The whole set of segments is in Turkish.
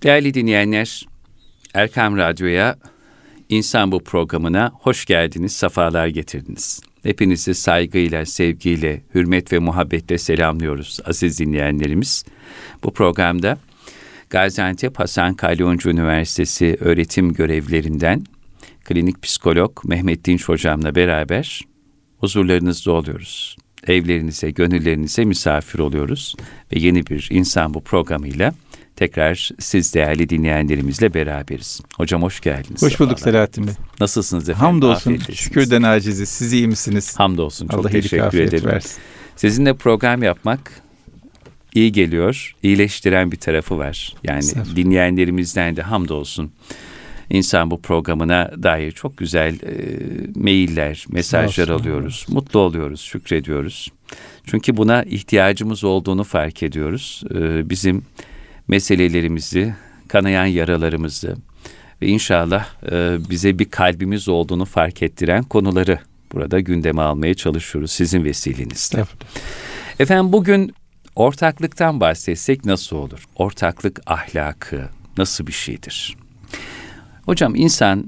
Değerli dinleyenler, Erkam Radyo'ya, İnsan Bu programına hoş geldiniz, sefalar getirdiniz. Hepinizi saygıyla, sevgiyle, hürmet ve muhabbetle selamlıyoruz aziz dinleyenlerimiz. Bu programda Gaziantep Hasan Kalyoncu Üniversitesi öğretim görevlilerinden klinik psikolog Mehmet Dinç hocamla beraber huzurlarınızda oluyoruz. Evlerinize, gönüllerinize misafir oluyoruz ve yeni bir İnsan Bu programıyla tekrar siz değerli dinleyenlerimizle beraberiz. Hocam hoş geldiniz. Hoş bulduk Selahattin Bey. Nasılsınız efendim? Hamdolsun. Şükürden aciziz. Siz iyi misiniz? Hamdolsun. Çok Allah teşekkür ederim. Versin. Sizinle program yapmak iyi geliyor. İyileştiren bir tarafı var. Yani dinleyenlerimizden de hamdolsun. İnsan Bu programına dair çok güzel mailler, mesajlar alıyoruz. Mutlu oluyoruz, şükrediyoruz. Çünkü buna ihtiyacımız olduğunu fark ediyoruz. Bizim meselelerimizi, kanayan yaralarımızı ve inşallah bize bir kalbimiz olduğunu fark ettiren konuları burada gündeme almaya çalışıyoruz sizin vesilenizle. Evet. Efendim bugün ortaklıktan bahsetsek nasıl olur? Ortaklık ahlakı nasıl bir şeydir? Hocam insan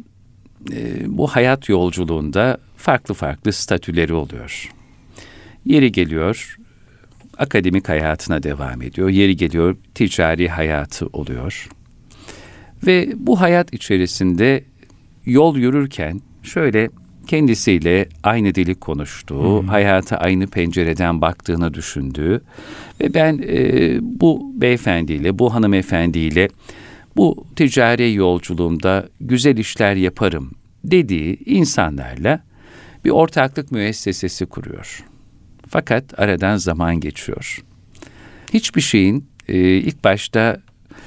bu hayat yolculuğunda farklı statüleri oluyor. Yeri geliyor akademik hayatına devam ediyor. Yeri geliyor ticari hayatı oluyor. Ve bu hayat içerisinde yol yürürken şöyle kendisiyle aynı dili konuştuğu, hayata aynı pencereden baktığını düşündüğü ve ben bu beyefendiyle, bu hanımefendiyle bu ticari yolculuğumda güzel işler yaparım dediği insanlarla bir ortaklık müessesesi kuruyor. Fakat aradan zaman geçiyor. Hiçbir şeyin ilk başta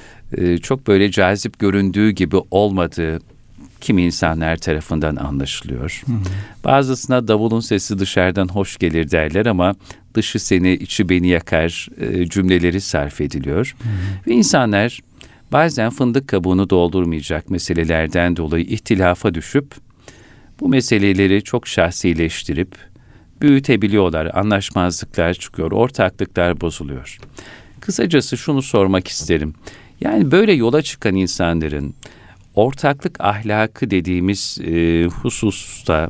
çok böyle cazip göründüğü gibi olmadığı kimi insanlar tarafından anlaşılıyor. Bazısına davulun sesi dışarıdan hoş gelir derler ama dışı seni, içi beni yakar cümleleri sarf ediliyor. Ve insanlar bazen fındık kabuğunu doldurmayacak meselelerden dolayı ihtilafa düşüp bu meseleleri çok şahsileştirip büyütebiliyorlar, anlaşmazlıklar çıkıyor, ortaklıklar bozuluyor. Kısacası şunu sormak isterim. Yani böyle yola çıkan insanların ortaklık ahlakı dediğimiz hususta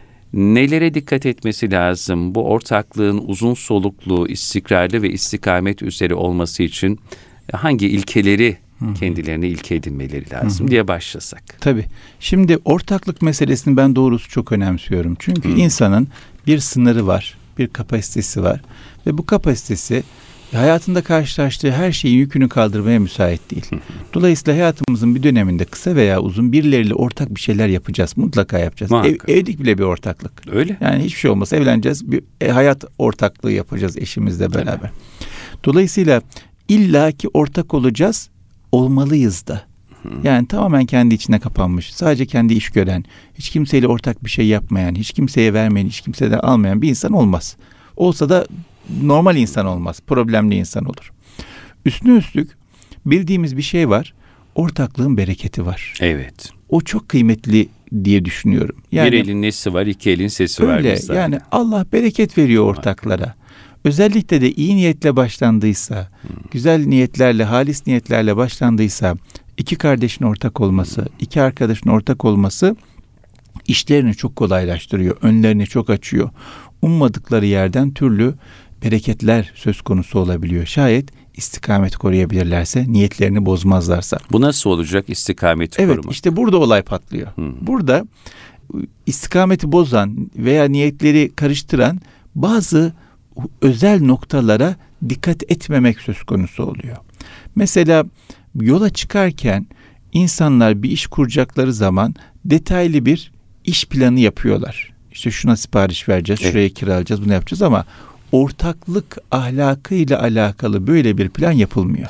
nelere dikkat etmesi lazım? Bu ortaklığın uzun soluklu, istikrarlı ve istikamet üzere olması için hangi ilkeleri kendilerine ilke edinmeleri lazım diye başlasak. Tabii. Şimdi ortaklık meselesini ben doğrusu çok önemsiyorum. Çünkü insanın bir sınırı var, bir kapasitesi var ve bu kapasitesi hayatında karşılaştığı her şeyin yükünü kaldırmaya müsait değil. Dolayısıyla hayatımızın bir döneminde kısa veya uzun birileriyle ortak bir şeyler yapacağız. Mutlaka yapacağız. Evlilik bile bir ortaklık. Öyle. Yani hiçbir şey olmasa evleneceğiz. Bir hayat ortaklığı yapacağız eşimizle beraber. Dolayısıyla illaki ortak olacağız. Olmalıyız da. Yani tamamen kendi içine kapanmış, sadece kendi iş gören, hiç kimseyle ortak bir şey yapmayan, hiç kimseye vermeyen, hiç kimseden almayan bir insan olmaz. Olsa da normal insan olmaz, problemli insan olur. Üstüne üstlük bildiğimiz bir şey var, ortaklığın bereketi var. Evet. O çok kıymetli diye düşünüyorum. Yani, bir elin nesi var, iki elin sesi var. Öyle yani Allah bereket veriyor ortaklara. Özellikle de iyi niyetle başlandıysa, güzel niyetlerle, halis niyetlerle başlandıysa, iki kardeşin ortak olması, iki arkadaşın ortak olması işlerini çok kolaylaştırıyor, önlerini çok açıyor. Ummadıkları yerden türlü bereketler söz konusu olabiliyor. Şayet istikamet koruyabilirlerse, niyetlerini bozmazlarsa. Bu nasıl olacak istikameti koruma? Evet, işte burada olay patlıyor. Burada istikameti bozan veya niyetleri karıştıran bazı özel noktalara dikkat etmemek söz konusu oluyor. Mesela yola çıkarken insanlar bir iş kuracakları zaman detaylı bir iş planı yapıyorlar. İşte şuna sipariş vereceğiz, şuraya kiralayacağız, bunu yapacağız ama ortaklık ahlakıyla alakalı böyle bir plan yapılmıyor.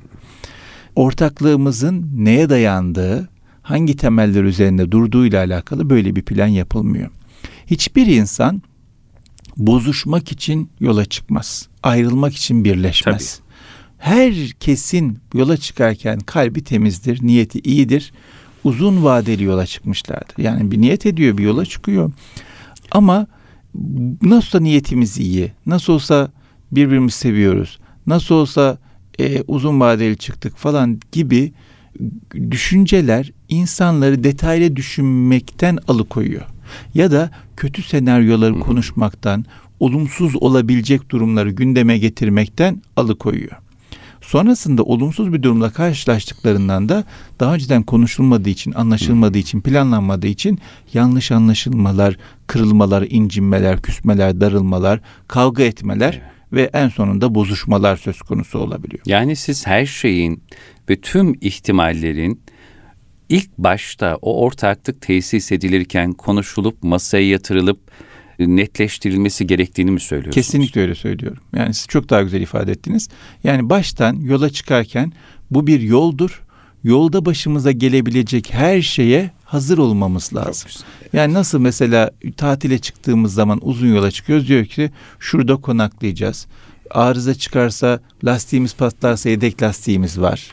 Ortaklığımızın neye dayandığı, hangi temeller üzerinde durduğuyla alakalı böyle bir plan yapılmıyor. Hiçbir insan bozuşmak için yola çıkmaz. Ayrılmak için birleşmez. Tabii. Herkesin yola çıkarken kalbi temizdir, niyeti iyidir. Uzun vadeli yola çıkmışlardır. Yani bir niyet ediyor, bir yola çıkıyor. Ama nasıl olsa niyetimiz iyi, nasıl olsa birbirimizi seviyoruz, nasıl olsa uzun vadeli çıktık falan gibi düşünceler insanları detaylı düşünmekten alıkoyuyor. Ya da kötü senaryoları konuşmaktan, olumsuz olabilecek durumları gündeme getirmekten alıkoyuyor. Sonrasında olumsuz bir durumla karşılaştıklarından da daha önceden konuşulmadığı için, anlaşılmadığı için, planlanmadığı için yanlış anlaşılmalar, kırılmalar, incinmeler, küsmeler, darılmalar, kavga etmeler ve en sonunda bozuşmalar söz konusu olabiliyor. Yani siz her şeyin ve tüm ihtimallerin ilk başta o ortaklık tesis edilirken konuşulup masaya yatırılıp netleştirilmesi gerektiğini mi söylüyorsunuz? Kesinlikle öyle söylüyorum. Yani siz çok daha güzel ifade ettiniz. Yani baştan yola çıkarken bu bir yoldur. Yolda başımıza gelebilecek her şeye hazır olmamız lazım. Yani nasıl mesela tatile çıktığımız zaman uzun yola çıkıyoruz. Diyor ki şurada konaklayacağız. Arıza çıkarsa, lastiğimiz patlarsa yedek lastiğimiz var.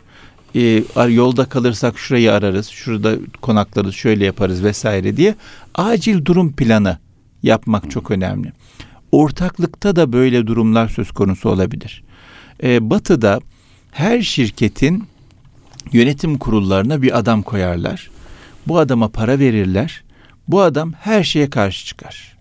Yolda kalırsak şurayı ararız. Şurada konaklarız, şöyle yaparız vesaire diye. Acil durum planı yapmak çok önemli. Ortaklıkta da böyle durumlar söz konusu olabilir. Batı'da her şirketin yönetim kurullarına bir adam koyarlar. Bu adama para verirler. Bu adam her şeye karşı çıkar.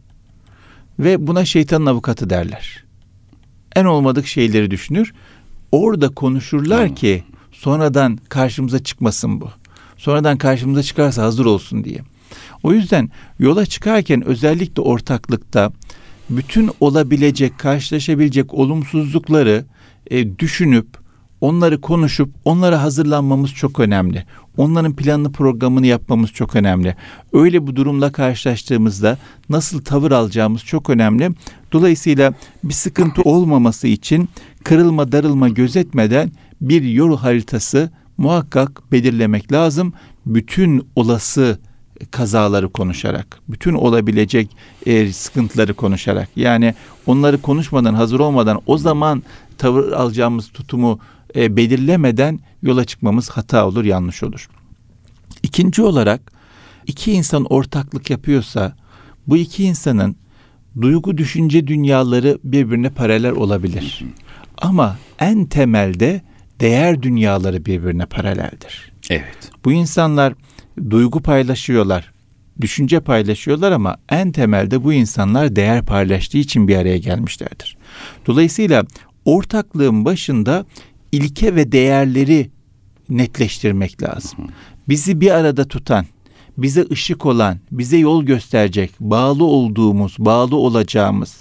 Ve buna şeytanın avukatı derler. En olmadık şeyleri düşünür. Orada konuşurlar ki sonradan karşımıza çıkmasın bu. Sonradan karşımıza çıkarsa hazır olsun diye. O yüzden yola çıkarken özellikle ortaklıkta bütün olabilecek, karşılaşabilecek olumsuzlukları düşünüp, onları konuşup, onlara hazırlanmamız çok önemli. Onların planını, programını yapmamız çok önemli. Öyle bir durumla karşılaştığımızda nasıl tavır alacağımız çok önemli. Dolayısıyla bir sıkıntı olmaması için kırılma, darılma gözetmeden bir yol haritası muhakkak belirlemek lazım. Bütün olası kazaları konuşarak, bütün olabilecek sıkıntıları konuşarak, yani onları konuşmadan, hazır olmadan, o zaman tavır alacağımız tutumu belirlemeden yola çıkmamız hata olur, yanlış olur. İkinci olarak, iki insan ortaklık yapıyorsa, bu iki insanın duygu, düşünce dünyaları birbirine paralel olabilir. Ama en temelde değer dünyaları birbirine paraleldir. Evet. Bu insanlar duygu paylaşıyorlar, düşünce paylaşıyorlar ama en temelde bu insanlar değer paylaştığı için bir araya gelmişlerdir. Dolayısıyla ortaklığın başında ilke ve değerleri netleştirmek lazım. Bizi bir arada tutan, bize ışık olan, bize yol gösterecek, bağlı olduğumuz, bağlı olacağımız,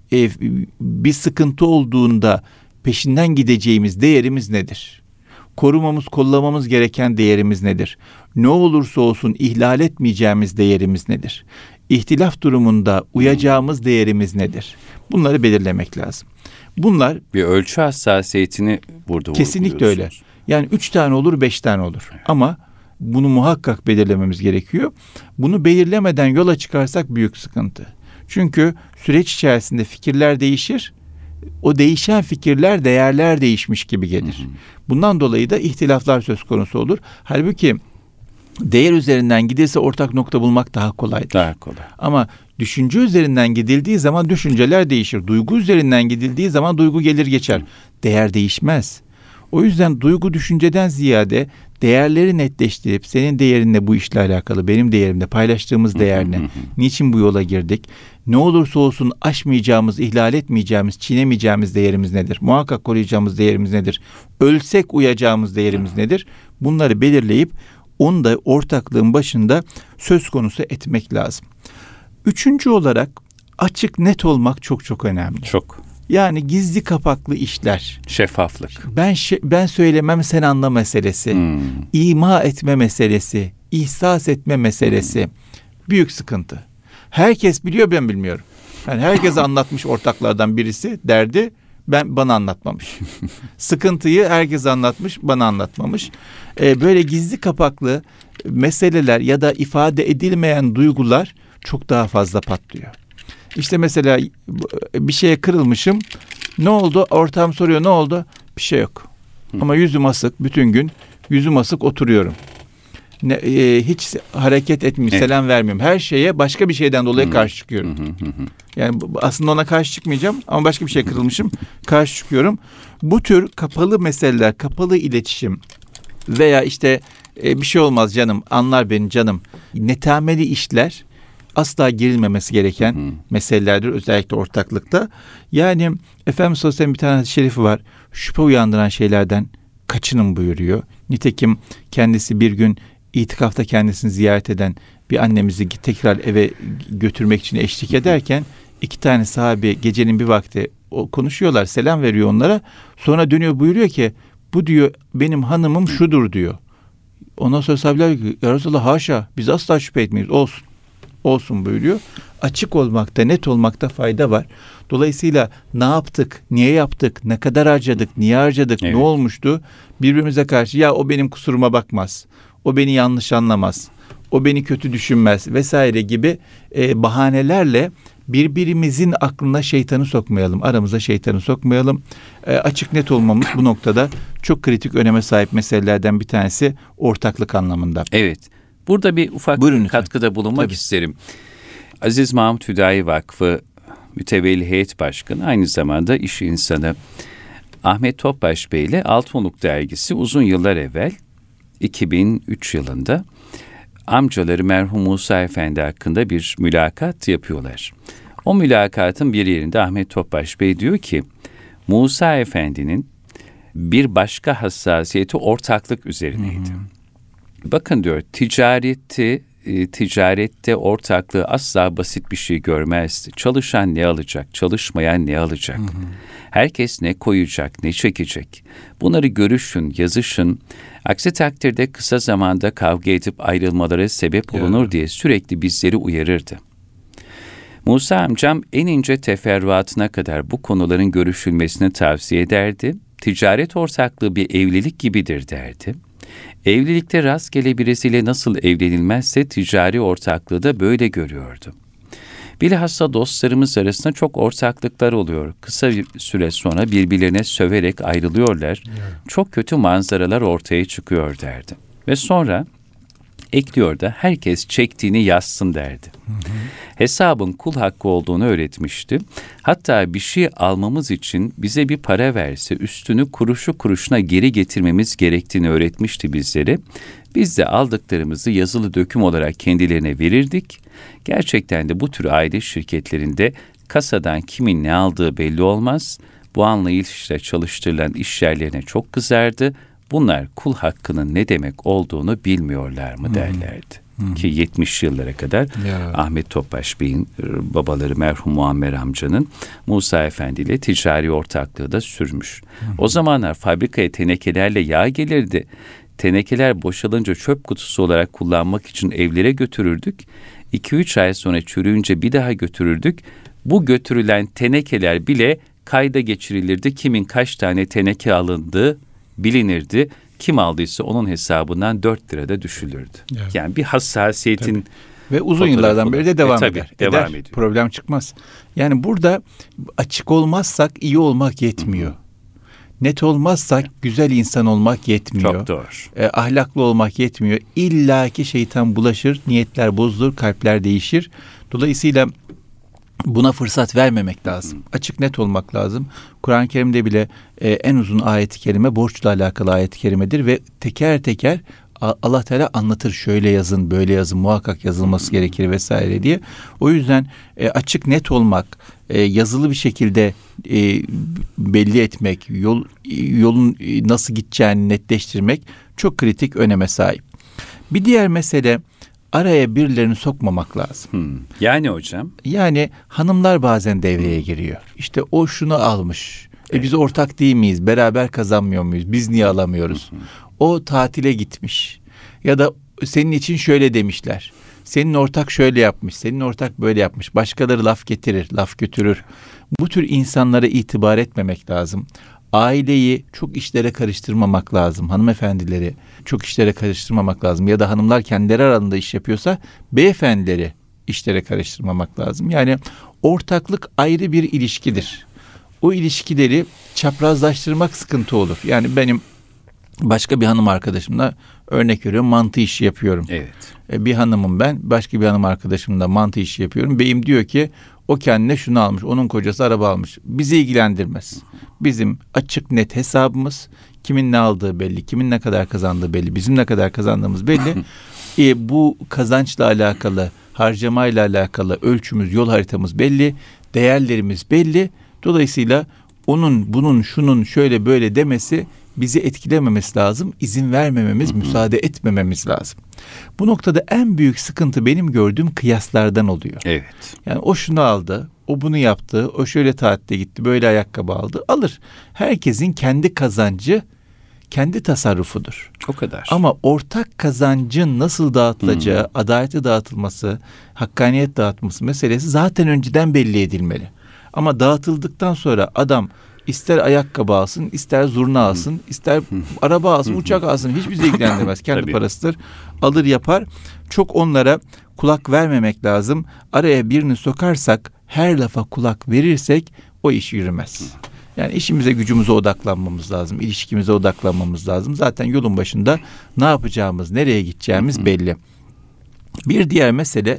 bir sıkıntı olduğunda peşinden gideceğimiz değerimiz nedir? Korumamız, kollamamız gereken değerimiz nedir? Ne olursa olsun ihlal etmeyeceğimiz değerimiz nedir? İhtilaf durumunda uyacağımız değerimiz nedir? Bunları belirlemek lazım. Bunlar bir ölçü hassasiyetini burada kesinlikle öyle. Yani 3 tane olur, 5 tane olur. Evet. Ama bunu muhakkak belirlememiz gerekiyor. Bunu belirlemeden yola çıkarsak büyük sıkıntı. Çünkü süreç içerisinde fikirler değişir. O değişen fikirler, değerler değişmiş gibi gelir. Bundan dolayı da ihtilaflar söz konusu olur. Halbuki değer üzerinden gidilse ortak nokta bulmak daha kolaydır. Daha kolay. Ama düşünce üzerinden gidildiği zaman düşünceler değişir. Duygu üzerinden gidildiği zaman duygu gelir geçer. Değer değişmez. O yüzden duygu düşünceden ziyade değerleri netleştirip senin değerinle bu işle alakalı, benim değerimle paylaştığımız değer ne? Niçin bu yola girdik? Ne olursa olsun aşmayacağımız, ihlal etmeyeceğimiz, çiğnemeyeceğimiz değerimiz nedir? Muhakkak koruyacağımız değerimiz nedir? Ölsek uyacağımız değerimiz nedir? Bunları belirleyip onu da ortaklığın başında söz konusu etmek lazım. Üçüncü olarak açık, net olmak çok çok önemli. Çok. Yani gizli kapaklı işler. Şeffaflık. Ben söylemem sen anla meselesi. İma etme meselesi. İhsas etme meselesi. Büyük sıkıntı. Herkes biliyor, ben bilmiyorum. Yani herkese anlatmış ortaklardan birisi derdi. Bana anlatmamış. Sıkıntıyı herkese anlatmış, bana anlatmamış. Böyle gizli kapaklı meseleler ya da ifade edilmeyen duygular çok daha fazla patlıyor. İşte mesela bir şeye kırılmışım. Ne oldu? Ortağım soruyor, ne oldu? Bir şey yok. Ama yüzüm asık, bütün gün yüzüm asık oturuyorum. Hiç hareket etmiyorum, selam vermiyorum. Her şeye başka bir şeyden dolayı karşı çıkıyorum. Yani aslında ona karşı çıkmayacağım ama başka bir şeye kırılmışım, karşı çıkıyorum. Bu tür kapalı meseleler, kapalı iletişim, Veya işte bir şey olmaz canım, anlar beni canım. Netameli işler asla girilmemesi gereken meselelerdir, özellikle ortaklıkta. Yani Efendimiz Aleyhisselam'ın bir tane hadis-i şerifi var. Şüphe uyandıran şeylerden kaçının buyuruyor. Nitekim kendisi bir gün itikafta kendisini ziyaret eden bir annemizi tekrar eve götürmek için eşlik ederken 2 tane sahabe gecenin bir vakti konuşuyorlar, selam veriyor onlara. Sonra dönüyor, buyuruyor ki bu diyor benim hanımım şudur diyor. Ondan sonra sahabeler diyor ya Resulallah haşa, biz asla şüphe etmeyiz, olsun buyuruyor. Açık olmakta, net olmakta fayda var. Dolayısıyla ne yaptık, niye yaptık, ne kadar harcadık, niye harcadık, ne olmuştu? Birbirimize karşı ya o benim kusuruma bakmaz, o beni yanlış anlamaz, o beni kötü düşünmez vesaire gibi bahanelerle birbirimizin aklına şeytanı sokmayalım, aramıza şeytanı sokmayalım. Açık net olmamız bu noktada çok kritik öneme sahip meselelerden bir tanesi ortaklık anlamında. Evet. Burada bir ufak katkıda bulunmak isterim. Aziz Mahmut Hüdayi Vakfı Mütevelli Heyet Başkanı, aynı zamanda iş insanı Ahmet Topbaş Bey ile Altınoluk Dergisi uzun yıllar evvel 2003 yılında amcaları merhum Musa Efendi hakkında bir mülakat yapıyorlar. O mülakatın bir yerinde Ahmet Topbaş Bey diyor ki Musa Efendi'nin bir başka hassasiyeti ortaklık üzerineydi. Bakın diyor, ticarette ortaklığı asla basit bir şey görmezdi. Çalışan ne alacak, çalışmayan ne alacak? Herkes ne koyacak, ne çekecek? Bunları görüşün, yazışın. Aksi takdirde kısa zamanda kavga edip ayrılmalara sebep olunur diye sürekli bizleri uyarırdı. Musa amcam en ince teferruatına kadar bu konuların görüşülmesini tavsiye ederdi. Ticaret ortaklığı bir evlilik gibidir derdi. Evlilikte rastgele birisiyle nasıl evlenilmezse ticari ortaklığı da böyle görüyordu. Bilhassa dostlarımız arasında çok ortaklıklar oluyor. Kısa bir süre sonra birbirlerine söverek ayrılıyorlar. Çok kötü manzaralar ortaya çıkıyor derdi. Ve sonra ekliyor da herkes çektiğini yazsın derdi. Hesabın kul hakkı olduğunu öğretmişti. Hatta bir şey almamız için bize bir para verse üstünü kuruşu kuruşuna geri getirmemiz gerektiğini öğretmişti bizlere. Biz de aldıklarımızı yazılı döküm olarak kendilerine verirdik. Gerçekten de bu tür aile şirketlerinde kasadan kimin ne aldığı belli olmaz. Bu anlayışla çalıştırılan iş yerlerine çok kızardı. Bunlar kul hakkının ne demek olduğunu bilmiyorlar mı derlerdi. Ki 70 yıllara kadar Ahmet Topbaş Bey'in babaları merhum Muammer amcanın Musa Efendi ile ticari ortaklığı da sürmüş. O zamanlar fabrikaya tenekelerle yağ gelirdi. Tenekeler boşalınca çöp kutusu olarak kullanmak için evlere götürürdük. 2-3 ay sonra çürüyünce bir daha götürürdük. Bu götürülen tenekeler bile kayda geçirilirdi. Kimin kaç tane teneke alındığı bilinirdi. Kim aldıysa onun hesabından 4 lirada düşülürdü. Evet. Yani bir hassasiyetin ve uzun yıllardan beri de devam eder. Devam ediyor. Problem çıkmaz. Yani burada açık olmazsak iyi olmak yetmiyor. Net olmazsak güzel insan olmak yetmiyor. Çok doğru. Ahlaklı olmak yetmiyor. İlla ki şeytan bulaşır, niyetler bozulur, kalpler değişir. Dolayısıyla buna fırsat vermemek lazım. Açık net olmak lazım. Kur'an-ı Kerim'de bile en uzun ayet-i kerime borçla alakalı ayet-i kerimedir ve teker teker Allah Teala anlatır. Şöyle yazın, böyle yazın, muhakkak yazılması gerekir vesaire diye. O yüzden açık net olmak, yazılı bir şekilde belli etmek, yolun nasıl gideceğini netleştirmek çok kritik öneme sahip. Bir diğer mesele, araya birilerini sokmamak lazım. Yani hocam? Yani hanımlar bazen devreye giriyor. İşte o şunu almış. Biz ortak değil miyiz? Beraber kazanmıyor muyuz? Biz niye alamıyoruz? O tatile gitmiş. Ya da senin için şöyle demişler. Senin ortak şöyle yapmış. Senin ortak böyle yapmış. Başkaları laf getirir, laf götürür. Bu tür insanlara itibar etmemek lazım. Aileyi çok işlere karıştırmamak lazım. Hanımefendileri çok işlere karıştırmamak lazım. Ya da hanımlar kendileri arasında iş yapıyorsa beyefendileri işlere karıştırmamak lazım. Yani ortaklık ayrı bir ilişkidir. O ilişkileri çaprazlaştırmak sıkıntı olur. Yani benim başka bir hanım arkadaşımla örnek veriyorum, mantı işi yapıyorum. Evet. Bir hanımım ben, başka bir hanım arkadaşımla mantı işi yapıyorum. Beyim diyor ki o kendine şunu almış, onun kocası araba almış. Bizi ilgilendirmez. Bizim açık net hesabımız, Kimin ne aldığı belli, kimin ne kadar kazandığı belli, bizim ne kadar kazandığımız belli. Bu kazançla alakalı, harcamayla alakalı ölçümüz, yol haritamız belli, değerlerimiz belli. Dolayısıyla onun, bunun, şunun şöyle böyle demesi bizi etkilememesi lazım. İzin vermememiz, müsaade etmememiz lazım. Bu noktada en büyük sıkıntı benim gördüğüm kıyaslardan oluyor. Evet. Yani o şunu aldı, o bunu yaptı, o şöyle tatile gitti, böyle ayakkabı aldı. Alır. Herkesin kendi kazancı, kendi tasarrufudur. O kadar. Ama ortak kazancın nasıl dağıtılacağı, adalete dağıtılması, hakkaniyet dağıtılması meselesi zaten önceden belli edilmeli. Ama dağıtıldıktan sonra adam ister ayakkabı alsın, ister zurna alsın, ister araba alsın, uçak alsın, hiç bizi ilgilendirmez. Kendi parasıdır. Alır yapar. Çok onlara kulak vermemek lazım. Araya birini sokarsak, her lafa kulak verirsek o iş yürümez. Yani işimize, gücümüze odaklanmamız lazım. İlişkimize odaklanmamız lazım. Zaten yolun başında ne yapacağımız, nereye gideceğimiz belli. Bir diğer mesele,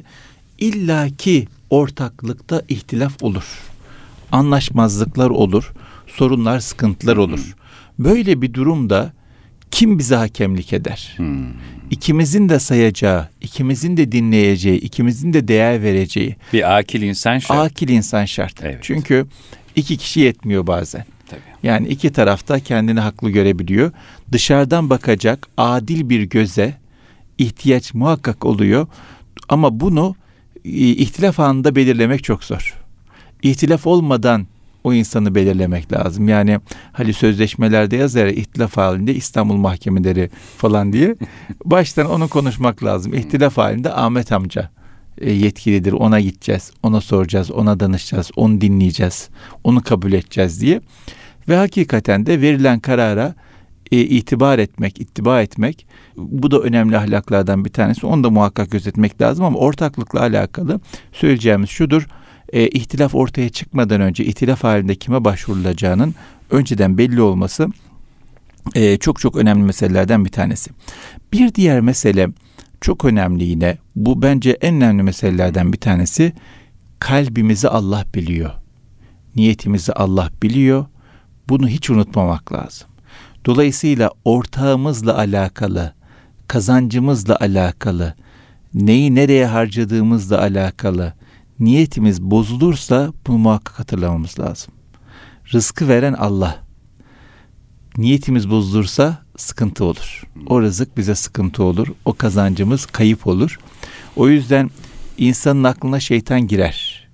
illaki ortaklıkta ihtilaf olur. Anlaşmazlıklar olur. Sorunlar, sıkıntılar olur. Böyle bir durumda kim bize hakemlik eder? İkimizin de sayacağı, ikimizin de dinleyeceği, ikimizin de değer vereceği. Bir akil insan şart. Akil insan şart. Evet. Çünkü iki kişi yetmiyor bazen. Tabii. Yani iki tarafta kendini haklı görebiliyor. Dışarıdan bakacak adil bir göze ihtiyaç muhakkak oluyor. Ama bunu ihtilaf anında belirlemek çok zor. İhtilaf olmadan o insanı belirlemek lazım. Yani hani sözleşmelerde yazar ihtilaf halinde İstanbul mahkemeleri falan diye. Baştan onu konuşmak lazım. İhtilaf halinde Ahmet amca yetkilidir. Ona gideceğiz, ona soracağız, ona danışacağız, onu dinleyeceğiz, onu kabul edeceğiz diye. Ve hakikaten de verilen karara itibar etmek, ittiba etmek, bu da önemli ahlaklardan bir tanesi. Onu da muhakkak gözetmek lazım ama ortaklıkla alakalı söyleyeceğimiz şudur. İhtilaf ortaya çıkmadan önce ihtilaf halinde kime başvurulacağının önceden belli olması çok çok önemli meselelerden bir tanesi. Bir diğer mesele çok önemli yine. Bu bence en önemli meselelerden bir tanesi. Kalbimizi Allah biliyor. Niyetimizi Allah biliyor. Bunu hiç unutmamak lazım. Dolayısıyla ortağımızla alakalı, kazancımızla alakalı, neyi nereye harcadığımızla alakalı niyetimiz bozulursa bunu muhakkak hatırlamamız lazım. Rızkı veren Allah. Niyetimiz bozulursa sıkıntı olur. O rızık bize sıkıntı olur. O kazancımız kayıp olur. O yüzden insanın aklına şeytan girer.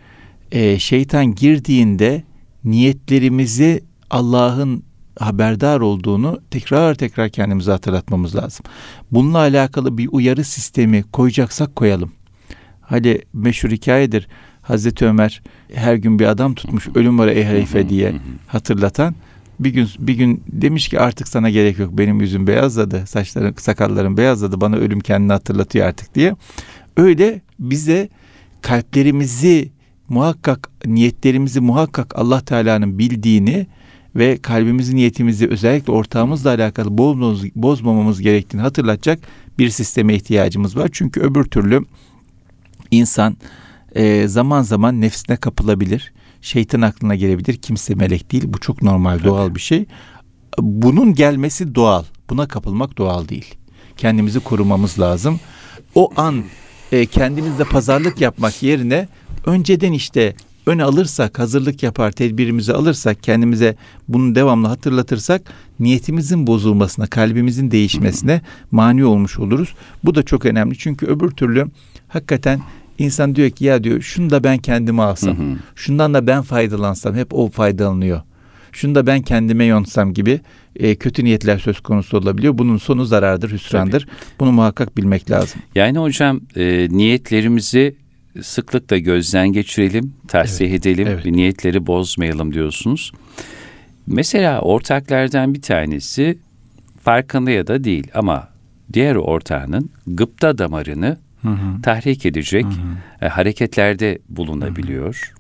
Şeytan girdiğinde niyetlerimizi Allah'ın haberdar olduğunu tekrar kendimize hatırlatmamız lazım. Bununla alakalı bir uyarı sistemi koyacaksak koyalım. Hadi meşhur hikayedir. Hazreti Ömer her gün bir adam tutmuş, ölüm var ey halife diye hatırlatan. Bir gün demiş ki artık sana gerek yok. Benim yüzüm beyazladı, sakallarım beyazladı. Bana ölüm kendini hatırlatıyor artık diye. Öyle bize kalplerimizi muhakkak, niyetlerimizi muhakkak Allah Teala'nın bildiğini ve kalbimizi, niyetimizi özellikle ortağımızla alakalı bozmamamız gerektiğini hatırlatacak bir sisteme ihtiyacımız var. Çünkü öbür türlü İnsan zaman zaman nefsine kapılabilir. Şeytan aklına gelebilir. Kimse melek değil. Bu çok normal, doğal bir şey. Bunun gelmesi doğal. Buna kapılmak doğal değil. Kendimizi korumamız lazım. O an kendimizle pazarlık yapmak yerine önceden işte ön alırsak, hazırlık yapar, tedbirimizi alırsak, kendimize bunu devamlı hatırlatırsak niyetimizin bozulmasına, kalbimizin değişmesine mani olmuş oluruz. Bu da çok önemli. Çünkü öbür türlü hakikaten insan diyor ki ya diyor şunu da ben kendime alsam, şundan da ben faydalansam, hep o faydalanıyor. Şunu da ben kendime yonsam gibi kötü niyetler söz konusu olabiliyor. Bunun sonu zarardır, hüsrandır. Tabii. Bunu muhakkak bilmek lazım. Yani hocam niyetlerimizi sıklıkla gözden geçirelim, tahsih edelim, evet. Niyetleri bozmayalım diyorsunuz. Mesela ortaklardan bir tanesi farkında ya da değil ama diğer ortağının gıpta damarını tahrik edecek hareketlerde bulunabiliyor.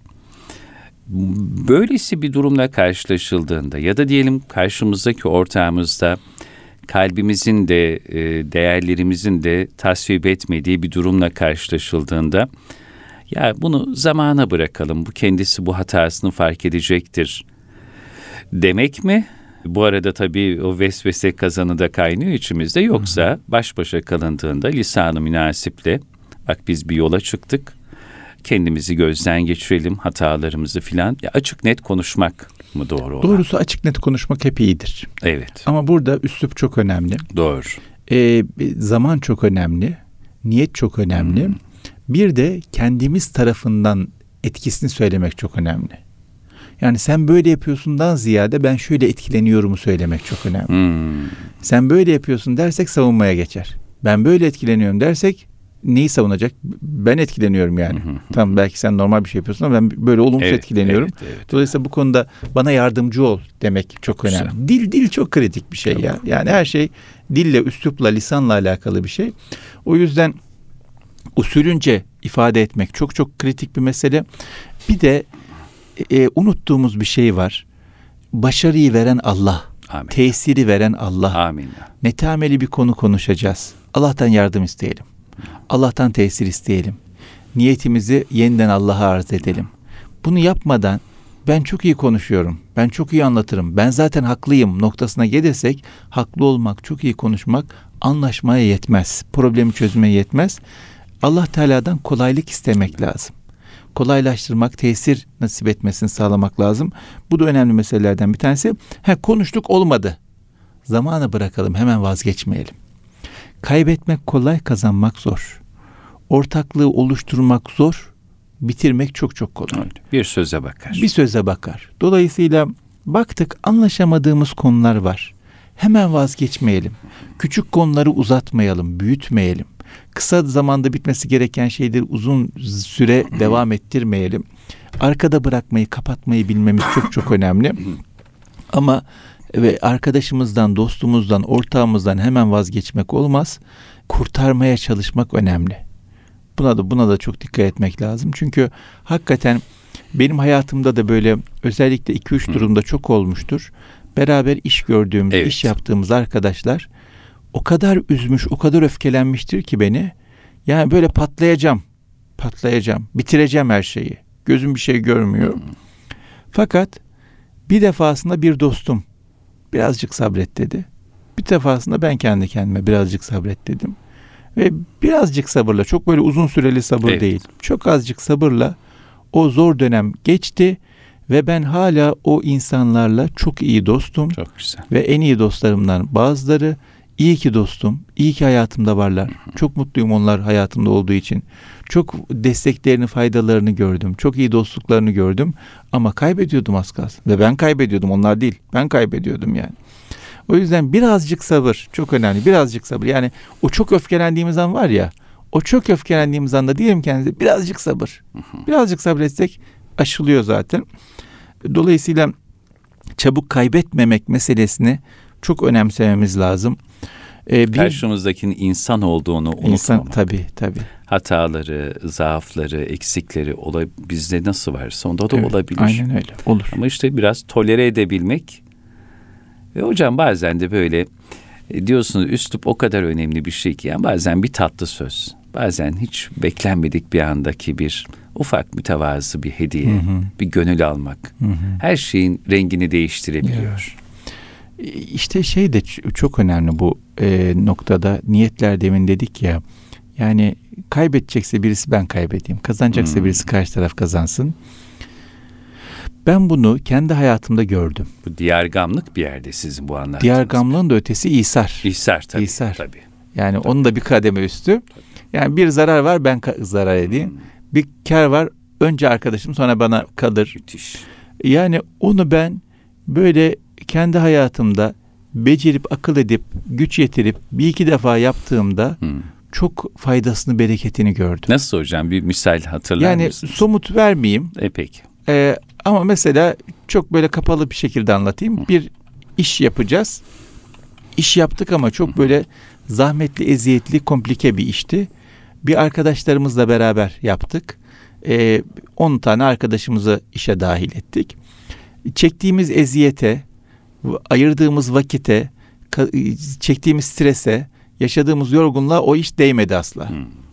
Böylesi bir durumla karşılaşıldığında ya da diyelim karşımızdaki ortağımızda kalbimizin de değerlerimizin de tasvip etmediği bir durumla karşılaşıldığında ya bunu zamana bırakalım, bu kendisi bu hatasını fark edecektir demek mi? Bu arada tabii o vesvese kazanı da kaynıyor içimizde. Yoksa baş başa kalındığında lisan-ı münasiple, bak biz bir yola çıktık, kendimizi gözden geçirelim, hatalarımızı filan. Ya açık net konuşmak mı doğru olan? Doğrusu açık net konuşmak hep iyidir. Evet. Ama burada üslup çok önemli. Doğru. Zaman çok önemli. Niyet çok önemli. Bir de kendimiz tarafından etkisini söylemek çok önemli. Yani sen böyle yapıyorsundan ziyade ben şöyle etkileniyorumu söylemek çok önemli. Sen böyle yapıyorsun dersek savunmaya geçer. Ben böyle etkileniyorum dersek neyi savunacak? Ben etkileniyorum yani. Tamam, belki sen normal bir şey yapıyorsun ama ben böyle olumsuz etkileniyorum. Evet. Dolayısıyla bu konuda bana yardımcı ol demek çok önemli. Güzel. Dil çok kritik bir şey ya. Yani her şey dille, üslupla, lisanla alakalı bir şey. O yüzden usulünce ifade etmek çok çok kritik bir mesele. Bir de unuttuğumuz bir şey var. Başarıyı veren Allah. Amin. Tesiri veren Allah. Amin. Netameli bir konu konuşacağız. Allah'tan yardım isteyelim. Allah'tan tesir isteyelim. Niyetimizi yeniden Allah'a arz edelim. Bunu yapmadan ben çok iyi konuşuyorum, ben çok iyi anlatırım, ben zaten haklıyım noktasına gelirsek, haklı olmak, çok iyi konuşmak anlaşmaya yetmez. Problemi çözmeye yetmez. Allah Teala'dan kolaylık istemek lazım. Kolaylaştırmak, tesir nasip etmesini sağlamak lazım. Bu da önemli meselelerden bir tanesi. Konuştuk, olmadı. Zamanı bırakalım, hemen vazgeçmeyelim. Kaybetmek kolay, kazanmak zor. Ortaklığı oluşturmak zor, bitirmek çok çok kolay. Bir söze bakar. Bir söze bakar. Dolayısıyla baktık anlaşamadığımız konular var. Hemen vazgeçmeyelim. Küçük konuları uzatmayalım, büyütmeyelim. Kısa zamanda bitmesi gereken şeyleri uzun süre devam ettirmeyelim. Arkada bırakmayı, kapatmayı bilmemiz çok çok önemli. Ama ve arkadaşımızdan, dostumuzdan, ortağımızdan hemen vazgeçmek olmaz. Kurtarmaya çalışmak önemli. Buna da çok dikkat etmek lazım. Çünkü hakikaten benim hayatımda da böyle özellikle 2-3 durumda çok olmuştur. Beraber iş gördüğümüz, iş yaptığımız arkadaşlar o kadar üzmüş, o kadar öfkelenmiştir ki beni. Yani böyle patlayacağım. Bitireceğim her şeyi. Gözüm bir şey görmüyor. Fakat bir defasında bir dostum birazcık sabret dedi. Bir defasında ben kendi kendime birazcık sabret dedim. Ve birazcık sabırla, çok böyle uzun süreli sabır değil, çok azıcık sabırla o zor dönem geçti ve ben hala o insanlarla çok iyi dostum. Çok güzel. Ve en iyi dostlarımdan bazıları. İyi ki dostum, iyi ki hayatımda varlar. Çok mutluyum onlar hayatımda olduğu için. Çok desteklerini, faydalarını gördüm. Çok iyi dostluklarını gördüm. Ama kaybediyordum az kalsın. Ve ben kaybediyordum, onlar değil. Ben kaybediyordum yani. O yüzden birazcık sabır çok önemli. Birazcık sabır. Yani o çok öfkelendiğimiz an var ya, o çok öfkelendiğimiz anda diyelim kendimize birazcık sabır. Birazcık sabretsek aşılıyor zaten. Dolayısıyla çabuk kaybetmemek meselesini çok önemsememiz lazım. Karşımızdakinin insan olduğunu unutmamak. Tabii. Hataları, zaafları, eksikleri bizde nasıl varsa onda da olabilir. Aynen öyle. Olur. Ama işte biraz tolere edebilmek. Ve hocam bazen de böyle diyorsunuz, üslup o kadar önemli bir şey ki. Yani bazen bir tatlı söz, bazen hiç beklenmedik bir andaki bir ufak mütevazı bir hediye, bir gönül almak. Her şeyin rengini değiştirebiliyor. İşte şey de çok önemli bu noktada. Niyetler demin dedik ya. Yani kaybedecekse birisi ben kaybedeyim. Kazanacaksa birisi karşı taraf kazansın. Ben bunu kendi hayatımda gördüm. Bu diyargamlık bir yerde sizin bu anlattığınız. Diyargamlığın da ötesi İhsar. İhsar tabii. Yani onun da bir kademe üstü. Yani bir zarar var, ben zarar edeyim. Bir kar var, önce arkadaşım sonra bana kalır. Müthiş. Yani onu ben böyle kendi hayatımda becerip, akıl edip, güç yetirip bir iki defa yaptığımda çok faydasını, bereketini gördüm. Nasıl hocam? Bir misal hatırlar mısınız? Yani somut vermeyeyim. Peki. Ama mesela çok böyle kapalı bir şekilde anlatayım. Bir iş yapacağız. İş yaptık ama çok böyle zahmetli, eziyetli, komplike bir işti. Bir arkadaşlarımızla beraber yaptık. 10 tane arkadaşımızı işe dahil ettik. Çektiğimiz eziyete, ayırdığımız vakite, çektiğimiz strese, yaşadığımız yorgunluğa o iş değmedi asla.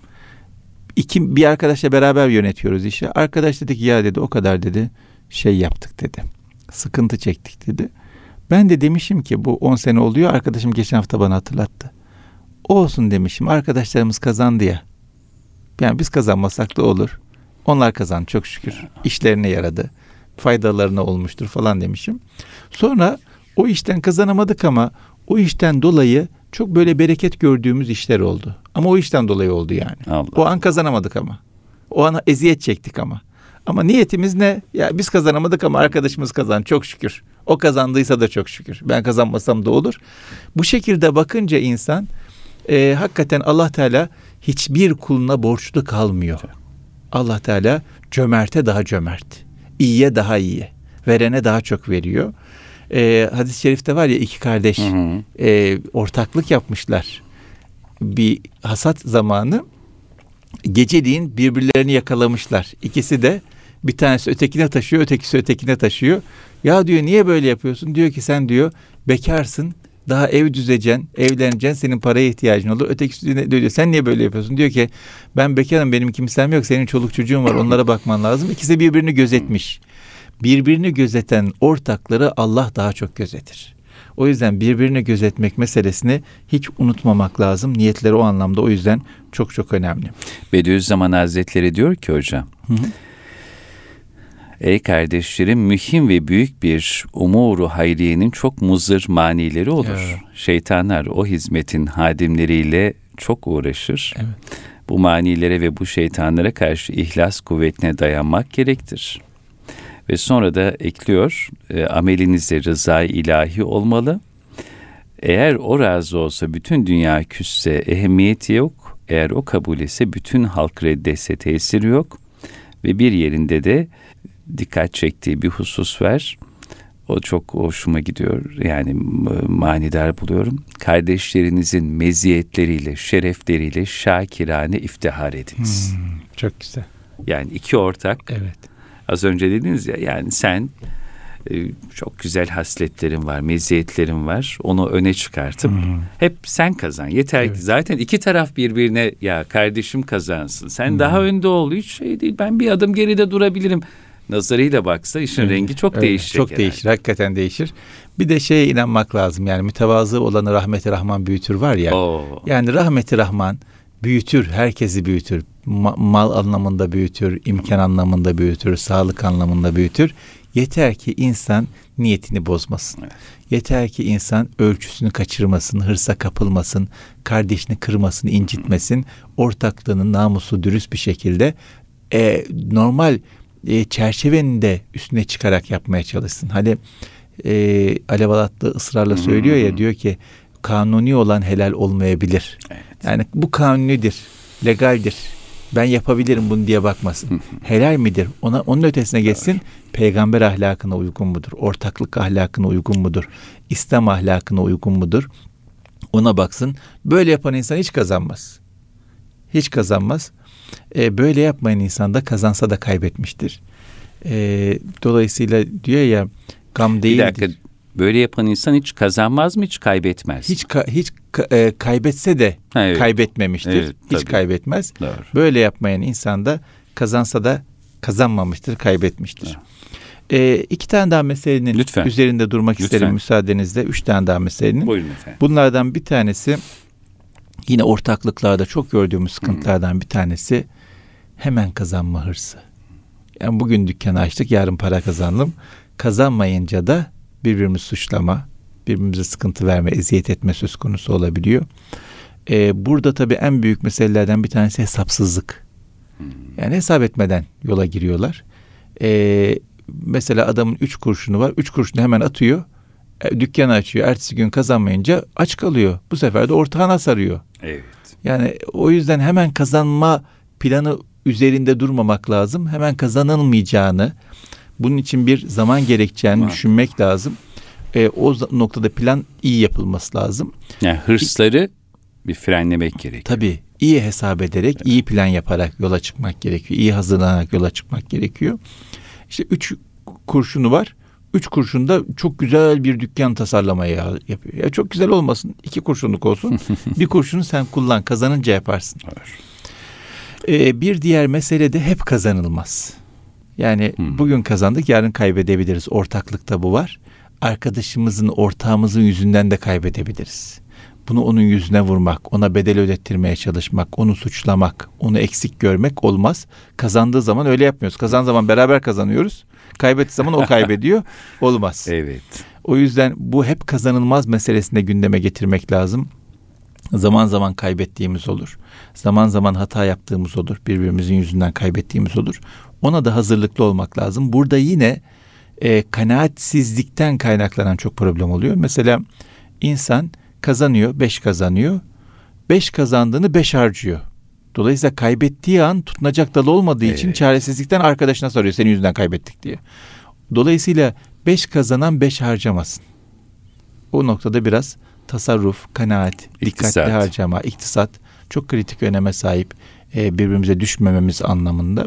Bir arkadaşla beraber yönetiyoruz işi. Arkadaş dedi ki ya dedi o kadar dedi şey yaptık dedi. Sıkıntı çektik dedi. Ben de demişim ki bu 10 sene oluyor. Arkadaşım geçen hafta bana hatırlattı. Olsun demişim. Arkadaşlarımız kazandı ya. Yani biz kazanmasak da olur. Onlar kazandı çok şükür. İşlerine yaradı. Faydalarına olmuştur falan demişim. Sonra o işten kazanamadık ama o işten dolayı çok böyle bereket gördüğümüz işler oldu. Ama o işten dolayı oldu yani. Allah. O an kazanamadık ama. O an eziyet çektik ama. Ama niyetimiz ne? Ya biz kazanamadık ama arkadaşımız kazandı çok şükür. O kazandıysa da çok şükür. Ben kazanmasam da olur. Bu şekilde bakınca insan hakikaten Allah Teala hiçbir kuluna borçlu kalmıyor. Allah Teala cömerte daha cömert. İyiye daha iyi. Verene daha çok veriyor. Hadis-i şerifte var ya, iki kardeş ortaklık yapmışlar. Bir hasat zamanı geceliğin birbirlerini yakalamışlar. İkisi de, bir tanesi ötekine taşıyor, ötekisi ötekine taşıyor. Ya diyor, niye böyle yapıyorsun? Diyor ki sen diyor bekarsın, daha ev düzeceksin, evleneceksin, senin paraya ihtiyacın olur. Ötekisi diyor sen niye böyle yapıyorsun? Diyor ki ben bekarım, benim kimsem yok, senin çoluk çocuğun var, onlara bakman lazım. İkisi birbirini gözetmiş. Birbirini gözeten ortakları Allah daha çok gözetir. O yüzden birbirini gözetmek meselesini hiç unutmamak lazım. Niyetleri o anlamda o yüzden çok çok önemli. Bediüzzaman Hazretleri diyor ki hocam, ey kardeşlerim, mühim ve büyük bir umuru hayriyenin çok muzır manileri olur. Ya. Şeytanlar o hizmetin hadimleriyle çok uğraşır. Evet. Bu manilere ve bu şeytanlara karşı ihlas kuvvetine dayanmak gerektir. Ve sonra da ekliyor, amelinize rıza-i ilahi olmalı. Eğer o razı olsa bütün dünya küsse ehemmiyeti yok. Eğer o kabul etse bütün halk reddetse tesiri yok. Ve bir yerinde de dikkat çektiği bir husus var. O çok hoşuma gidiyor. Yani manidar buluyorum. Kardeşlerinizin meziyetleriyle, şerefleriyle şakirane iftihar ediniz. Çok güzel. Yani iki ortak. Evet. Az önce dediniz ya, yani sen çok güzel hasletlerin var, meziyetlerin var. Onu öne çıkartıp hep sen kazan. Yeter ki zaten iki taraf birbirine ya kardeşim kazansın. Sen daha önde ol, hiç şey değil. Ben bir adım geride durabilirim nazarıyla baksa işin rengi çok değişecek. Çok değişir, hakikaten değişir. Bir de şeye inanmak lazım. Yani mütevazı olanı rahmeti Rahman büyütür var ya. Yani rahmeti Rahman büyütür, herkesi büyütür. Mal anlamında büyütür, imkan anlamında büyütür, sağlık anlamında büyütür. Yeter ki insan niyetini bozmasın. Evet. Yeter ki insan ölçüsünü kaçırmasın, hırsa kapılmasın, kardeşini kırmasın, incitmesin. Ortaklığını namuslu, dürüst bir şekilde normal çerçevenin de üstüne çıkarak yapmaya çalışsın. Hani Alev Alatlı ısrarla söylüyor ya, diyor ki kanuni olan helal olmayabilir. Evet. Yani bu kanunidir, legaldir. Ben yapabilirim bunu diye bakmasın. Helal midir? Onun ötesine geçsin. Peygamber ahlakına uygun mudur? Ortaklık ahlakına uygun mudur? İslam ahlakına uygun mudur? Ona baksın. Böyle yapan insan hiç kazanmaz. Hiç kazanmaz. Böyle yapmayan insan da kazansa da kaybetmiştir. Dolayısıyla diyor ya, gam değildir. Bir dakika, böyle yapan insan hiç kazanmaz mı, hiç kaybetmez? Hiç kaybetse de kaybetmemiştir. Evet, hiç kaybetmez. Doğru. Böyle yapmayan insan da kazansa da kazanmamıştır, kaybetmiştir. İki tane daha meselenin üzerinde durmak isterim müsaadenizle. 3 tane daha meselenin. Buyurun efendim. Bunlardan bir tanesi, yine ortaklıklarda çok gördüğümüz sıkıntılardan bir tanesi, hemen kazanma hırsı. Yani bugün dükkanı açtık, yarın para kazandım. Kazanmayınca da birbirimizi suçlama, birbirimize sıkıntı verme, eziyet etme söz konusu olabiliyor. Burada tabii en büyük meselelerden bir tanesi hesapsızlık. Yani hesap etmeden yola giriyorlar. Mesela adamın 3 kurşunu var. 3 kurşunu hemen atıyor. Dükkanı açıyor. Ertesi gün kazanmayınca aç kalıyor. Bu sefer de ortağına sarıyor. Evet. Yani o yüzden hemen kazanma planı üzerinde durmamak lazım. Hemen kazanılmayacağını, bunun için bir zaman gerekeceğini düşünmek lazım. O noktada plan iyi yapılması lazım. Yani hırsları bir frenlemek gerekiyor. Tabii. İyi hesap ederek, iyi plan yaparak yola çıkmak gerekiyor. İyi hazırlanarak yola çıkmak gerekiyor. İşte 3 kurşunu var. 3 kurşunda çok güzel bir dükkan tasarlamaya yapıyor. Ya çok güzel olmasın. 2 kurşunluk olsun. Bir kurşunu sen kullan. Kazanınca yaparsın. Bir diğer mesele de hep kazanılmaz. Yani bugün kazandık, yarın kaybedebiliriz. Ortaklıkta bu var. arkadaşımızın, ortağımızın yüzünden de kaybedebiliriz. Bunu onun yüzüne vurmak, ona bedel ödettirmeye çalışmak, onu suçlamak, onu eksik görmek olmaz. Kazandığı zaman öyle yapmıyoruz. Kazandığı zaman beraber kazanıyoruz. Kaybettiği zaman o kaybediyor. Olmaz. Evet. O yüzden bu hep kazanılmaz meselesinde gündeme getirmek lazım. Zaman zaman kaybettiğimiz olur. Zaman zaman hata yaptığımız olur. Birbirimizin yüzünden kaybettiğimiz olur. Ona da hazırlıklı olmak lazım. Burada yine kanaatsizlikten kaynaklanan çok problem oluyor. Mesela insan kazanıyor, 5 kazanıyor. 5 kazandığını 5 harcıyor. Dolayısıyla kaybettiği an tutunacak dal olmadığı için çaresizlikten arkadaşına soruyor, senin yüzünden kaybettik diye. Dolayısıyla 5 kazanan 5 harcamasın. O noktada biraz tasarruf, kanaat, dikkatli harcama, iktisat çok kritik öneme sahip, birbirimize düşmememiz anlamında.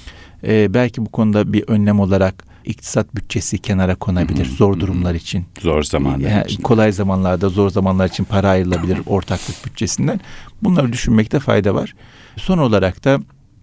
Belki bu konuda bir önlem olarak iktisat bütçesi kenara konabilir zor durumlar için. Zor zamanlar için. Kolay zamanlarda, zor zamanlar için para ayrılabilir ortaklık bütçesinden. Bunları düşünmekte fayda var. Son olarak da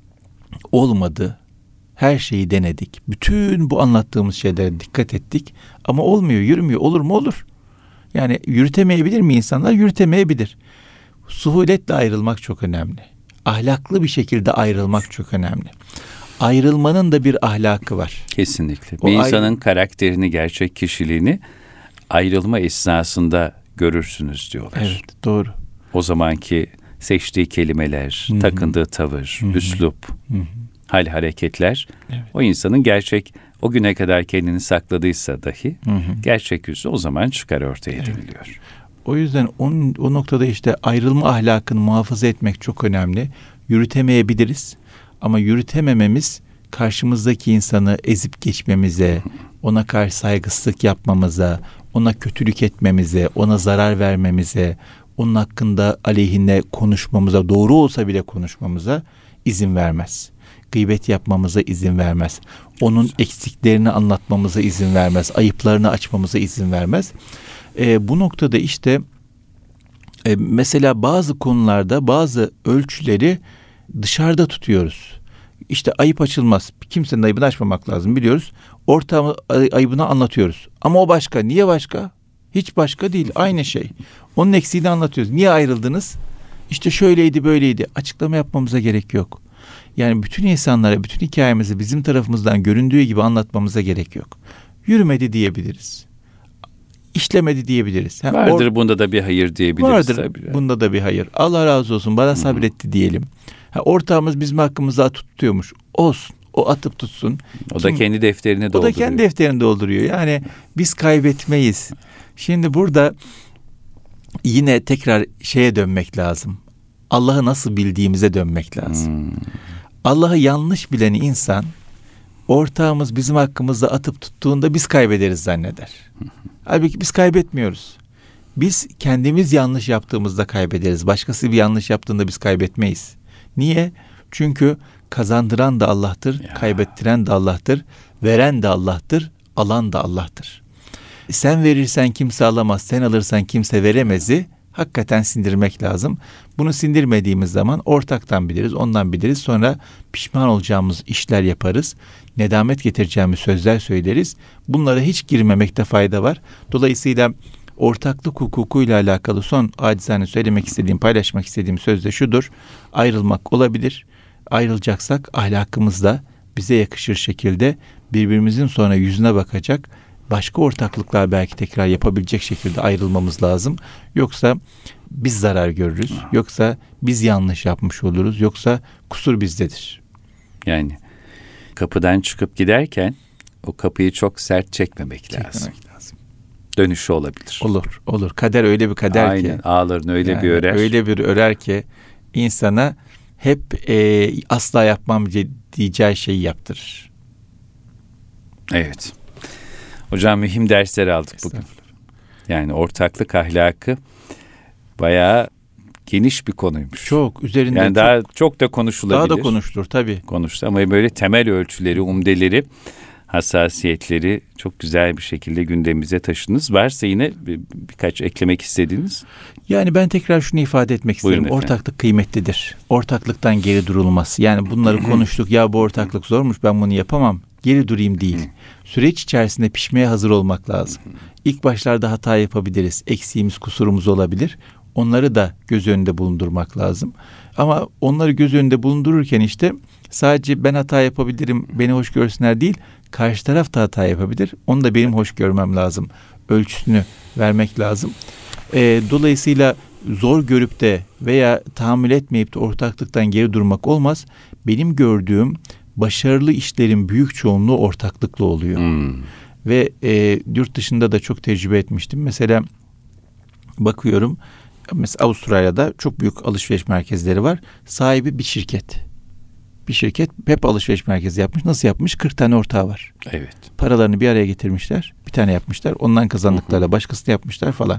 olmadı. Her şeyi denedik. Bütün bu anlattığımız şeylere dikkat ettik. Ama olmuyor, yürümüyor. Olur mu? Olur. Yani yürütemeyebilir mi insanlar? Yürütemeyebilir. Suhuletle ayrılmak çok önemli. Ahlaklı bir şekilde ayrılmak çok önemli. Ayrılmanın da bir ahlakı var. Kesinlikle. Bir insanın karakterini, gerçek kişiliğini ayrılma esnasında görürsünüz diyorlar. Evet, doğru. O zamanki seçtiği kelimeler, takındığı tavır, üslup, hal, hareketler, o insanın gerçek, o güne kadar kendini sakladıysa dahi gerçek yüzü o zaman çıkar ortaya deniliyor. O yüzden o noktada işte ayrılma ahlakını muhafaza etmek çok önemli. Yürütemeyebiliriz ama yürütemememiz karşımızdaki insanı ezip geçmemize, ona karşı saygısızlık yapmamıza, ona kötülük etmemize, ona zarar vermemize, onun hakkında aleyhine konuşmamıza, doğru olsa bile konuşmamıza izin vermez. Gıybet yapmamıza izin vermez. Onun eksiklerini anlatmamıza izin vermez. Ayıplarını açmamıza izin vermez. Bu noktada işte mesela bazı konularda bazı ölçüleri dışarıda tutuyoruz. İşte ayıp açılmaz. Kimsenin ayıbını açmamak lazım biliyoruz. Ortağın ayıbını anlatıyoruz. Ama o başka. Niye başka? Hiç başka değil. Aynı şey. Onun eksiğini anlatıyoruz. Niye ayrıldınız? İşte şöyleydi böyleydi. Açıklama yapmamıza gerek yok. Yani bütün insanlara bütün hikayemizi bizim tarafımızdan göründüğü gibi anlatmamıza gerek yok. Yürümedi diyebiliriz. İşlemedi diyebiliriz. Vardır bunda da bir hayır diyebiliriz. Vardır tabii. Bunda da bir hayır. Allah razı olsun bana sabretti diyelim. Ortağımız bizim hakkımızda tutuyormuş. Olsun. O atıp tutsun. O da kendi defterini dolduruyor. O da kendi defterini dolduruyor. Yani biz kaybetmeyiz. Şimdi burada yine tekrar şeye dönmek lazım. Allah'ı nasıl bildiğimize dönmek lazım. Allah'ı yanlış bilen insan ortağımız bizim hakkımızda atıp tuttuğunda biz kaybederiz zanneder. Halbuki biz kaybetmiyoruz. Biz kendimiz yanlış yaptığımızda kaybederiz. Başkası bir yanlış yaptığında biz kaybetmeyiz. Niye? Çünkü kazandıran da Allah'tır, kaybettiren de Allah'tır, veren de Allah'tır, alan da Allah'tır. Sen verirsen kimse alamaz, sen alırsan kimse veremez'i hakikaten sindirmek lazım. Bunu sindirmediğimiz zaman ortaktan biliriz, ondan biliriz. Sonra pişman olacağımız işler yaparız. Nedamet getireceğimiz sözler söyleriz. Bunlara hiç girmemekte fayda var. Dolayısıyla ortaklık hukukuyla alakalı son acizane söylemek istediğim, paylaşmak istediğim söz de şudur. Ayrılmak olabilir. Ayrılacaksak ahlakımızla bize yakışır şekilde birbirimizin sonra yüzüne bakacak, başka ortaklıklar belki tekrar yapabilecek şekilde ayrılmamız lazım. Yoksa biz zarar görürüz. Yoksa biz yanlış yapmış oluruz. Yoksa kusur bizdedir. Yani kapıdan çıkıp giderken o kapıyı çok sert çekmemek lazım. Dönüşü olabilir. Olur. Kader öyle bir kader ki. Aynen. Ağlarını öyle bir örer. Öyle bir örer ki insana hep asla yapmam diyeceği şeyi yaptırır. Evet. Hocam mühim dersler aldık bugün. Yani ortaklık ahlakı bayağı geniş bir konuymuş. Çok üzerinde. Yani daha çok da konuşulabilir. Daha da konuşulur tabii. Konuştu ama böyle temel ölçüleri, umdeleri, hassasiyetleri çok güzel bir şekilde gündemimize taşıdınız. Varsa yine birkaç eklemek istediğiniz? Yani ben tekrar şunu ifade etmek isterim. Ortaklık kıymetlidir. Ortaklıktan geri durulmaz. Yani bunları konuştuk. Ya bu ortaklık zormuş, ben bunu yapamam geri durayım değil. Süreç içerisinde pişmeye hazır olmak lazım. İlk başlarda hata yapabiliriz. Eksiğimiz, kusurumuz olabilir. Onları da göz önünde bulundurmak lazım. Ama onları göz önünde bulundururken işte sadece ben hata yapabilirim, beni hoş görsünler değil, karşı taraf da hata yapabilir. Onu da benim hoş görmem lazım. Ölçüsünü vermek lazım. Dolayısıyla zor görüp de veya tahammül etmeyip de ortaklıktan geri durmak olmaz. Benim gördüğüm başarılı işlerin büyük çoğunluğu ortaklıklı oluyor. Ve yurt dışında da çok tecrübe etmiştim. Mesela bakıyorum, mesela Avustralya'da çok büyük alışveriş merkezleri var. Sahibi bir şirket. Bir şirket hep alışveriş merkezi yapmış. Nasıl yapmış? 40 tane ortağı var. Evet. Paralarını bir araya getirmişler. Bir tane yapmışlar. Ondan kazandıklarıyla başkasını yapmışlar falan.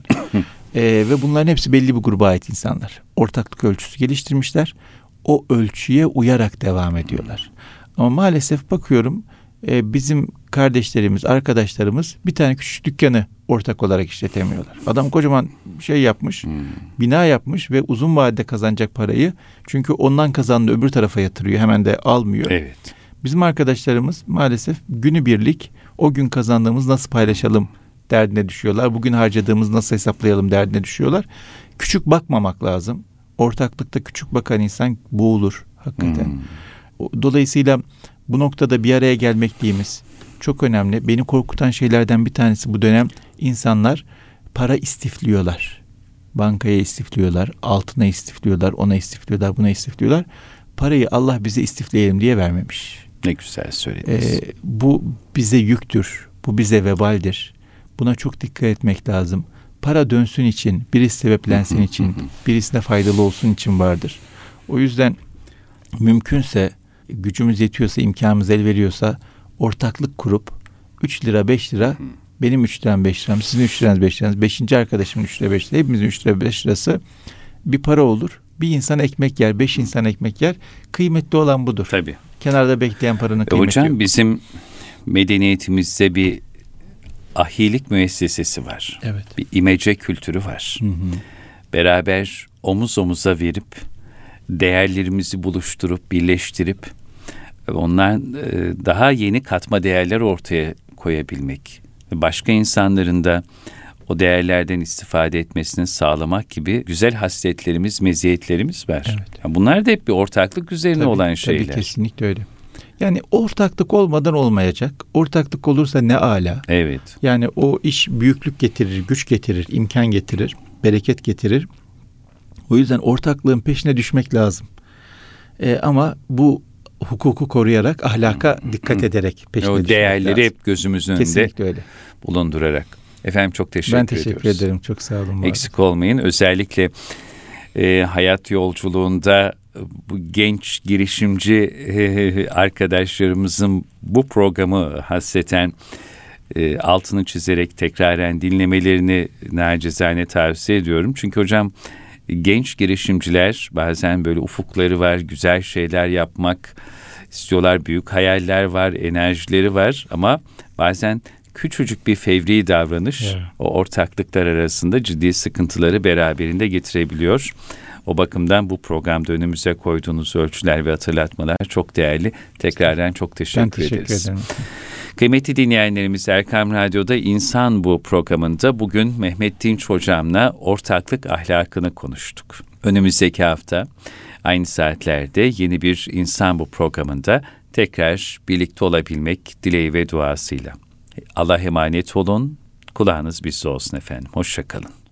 Ve bunların hepsi belli bir gruba ait insanlar. Ortaklık ölçüsü geliştirmişler. O ölçüye uyarak devam ediyorlar. Ama maalesef bakıyorum bizim kardeşlerimiz, arkadaşlarımız bir tane küçük dükkanı ortak olarak işletemiyorlar. Adam kocaman şey yapmış, bina yapmış ve uzun vadede kazanacak parayı, çünkü ondan kazandığı öbür tarafa yatırıyor, hemen de almıyor. Evet. Bizim arkadaşlarımız maalesef günübirlik o gün kazandığımız nasıl paylaşalım derdine düşüyorlar. Bugün harcadığımız nasıl hesaplayalım derdine düşüyorlar. Küçük bakmamak lazım. Ortaklıkta küçük bakan insan boğulur hakikaten. Dolayısıyla bu noktada bir araya gelmek diyemiz çok önemli. Beni korkutan şeylerden bir tanesi bu dönem insanlar para istifliyorlar. Bankaya istifliyorlar, altına istifliyorlar, ona istifliyorlar, buna istifliyorlar. Parayı Allah bize istifleyelim diye vermemiş. Ne güzel söylediniz. Bu bize yüktür, bu bize vebaldir. Buna çok dikkat etmek lazım. Para dönsün için, birisi sebeplensin için, birisine faydalı olsun için vardır. O yüzden mümkünse, gücümüz yetiyorsa, imkanımız el veriyorsa ortaklık kurup 3 lira 5 lira, benim 3 liram 5 liram, sizin 3 liranız 5 liranız, 5. arkadaşımın 3 lira 5 lira, hepimizin 3 lira 5 lirası bir para olur. Bir insan ekmek yer, 5 insan ekmek yer. Kıymetli olan budur. Tabii. Kenarda bekleyen paranın kıymeti hocam, yok. bizim medeniyetimizde bir ahilik müessesesi var. Evet. Bir imece kültürü var. Beraber omuz omuza verip değerlerimizi buluşturup, birleştirip onlar daha yeni katma değerler ortaya koyabilmek. Başka insanların da o değerlerden istifade etmesini sağlamak gibi güzel hasletlerimiz, meziyetlerimiz var. Evet. Yani bunlar da hep bir ortaklık üzerine olan şeyler. Tabii, kesinlikle öyle. Yani ortaklık olmadan olmayacak. Ortaklık olursa ne âlâ. Evet. Yani o iş büyüklük getirir, güç getirir, imkan getirir, bereket getirir. O yüzden ortaklığın peşine düşmek lazım. Ama bu hukuku koruyarak, ahlaka dikkat ederek peşine düşmek lazım. O değerleri hep gözümüzün önünde kesinlikle öyle bulundurarak. Efendim çok teşekkür ediyoruz. Ben teşekkür ederim. Çok sağ olun. Eksik olmayın. Özellikle hayat yolculuğunda bu genç girişimci arkadaşlarımızın bu programı hasreten altını çizerek tekraren dinlemelerini nacizane tavsiye ediyorum. Çünkü hocam, genç girişimciler bazen böyle ufukları var, güzel şeyler yapmak istiyorlar, büyük hayaller var, enerjileri var ama bazen küçücük bir fevri davranış o ortaklıklar arasında ciddi sıkıntıları beraberinde getirebiliyor. O bakımdan bu programda önümüze koyduğunuz ölçüler ve hatırlatmalar çok değerli. Tekrardan çok teşekkür ederiz. Ederim. Kıymetli dinleyenlerimiz, Erkam Radyo'da İnsan Bu programında bugün Mehmet Dinç hocamla ortaklık ahlakını konuştuk. Önümüzdeki hafta aynı saatlerde yeni bir İnsan Bu programında tekrar birlikte olabilmek dileği ve duasıyla. Allah'a emanet olun. Kulağınız bizde olsun efendim. Hoşça kalın.